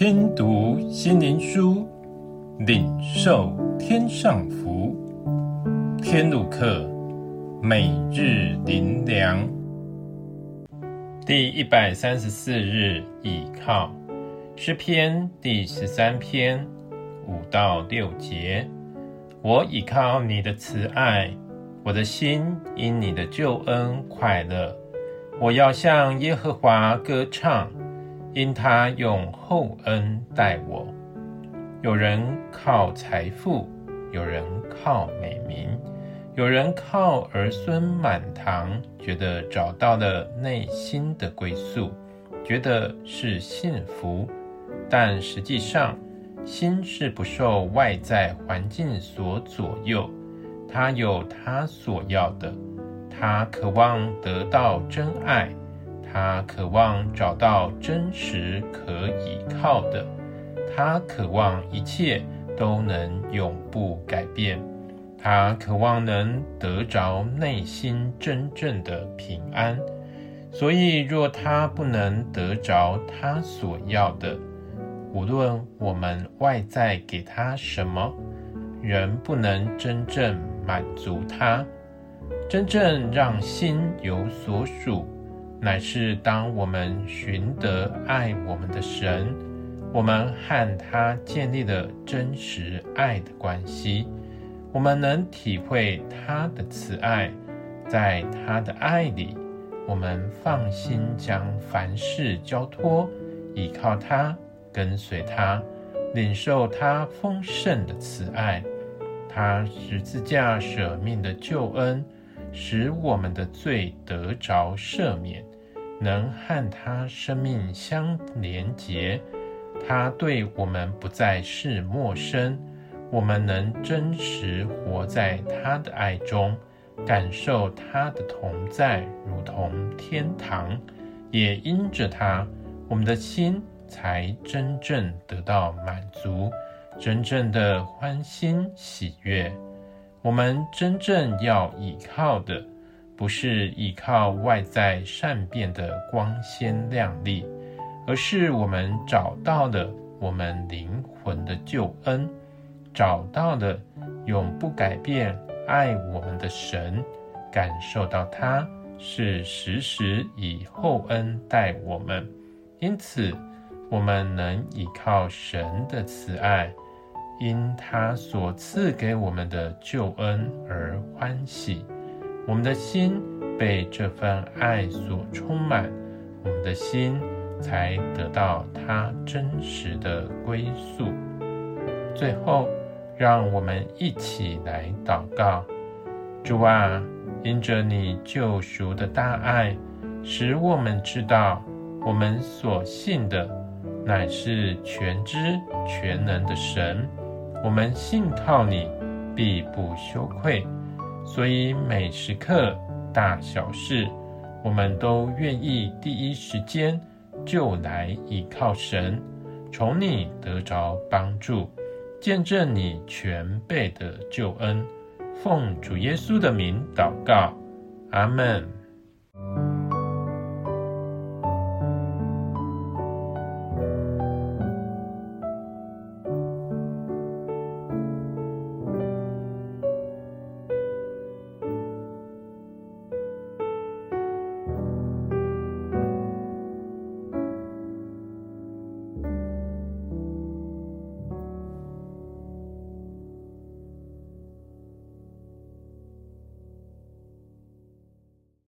听读心灵书，领受天上福。天路客，每日灵粮。第134日，倚靠。诗篇第13篇5到6节。我倚靠你的慈爱，我的心因你的救恩快乐。我要向耶和华歌唱，因他用厚恩待我。有人靠财富，有人靠美名，有人靠儿孙满堂，觉得找到了内心的归宿，觉得是幸福。但实际上，心是不受外在环境所左右，他有他所要的，他渴望得到真爱，他渴望找到真实可依靠的，他渴望一切都能永不改变，他渴望能得着内心真正的平安。所以若他不能得着他所要的，无论我们外在给他什么，仍不能真正满足他。真正让心有所属，乃是当我们寻得爱我们的神，我们和他建立了真实爱的关系，我们能体会他的慈爱，在他的爱里，我们放心将凡事交托，依靠他，跟随他，领受他丰盛的慈爱。他十字架舍命的救恩，使我们的罪得着赦免，能和他生命相连结。他对我们不再是陌生，我们能真实活在他的爱中，感受他的同在如同天堂。也因着他，我们的心才真正得到满足，真正的欢欣喜悦。我们真正要依靠的，不是依靠外在善变的光鲜亮丽，而是我们找到了我们灵魂的救恩，找到了永不改变爱我们的神，感受到他是时时以厚恩待我们。因此我们能依靠神的慈爱，因他所赐给我们的救恩而欢喜。我们的心被这份爱所充满，我们的心才得到他真实的归宿。最后，让我们一起来祷告。主啊，因着你救赎的大爱，使我们知道我们所信的乃是全知全能的神，我们信靠你必不羞愧。所以每时刻大小事，我们都愿意第一时间就来依靠神，从你得着帮助，见证你全备的救恩。奉主耶稣的名祷告，阿们。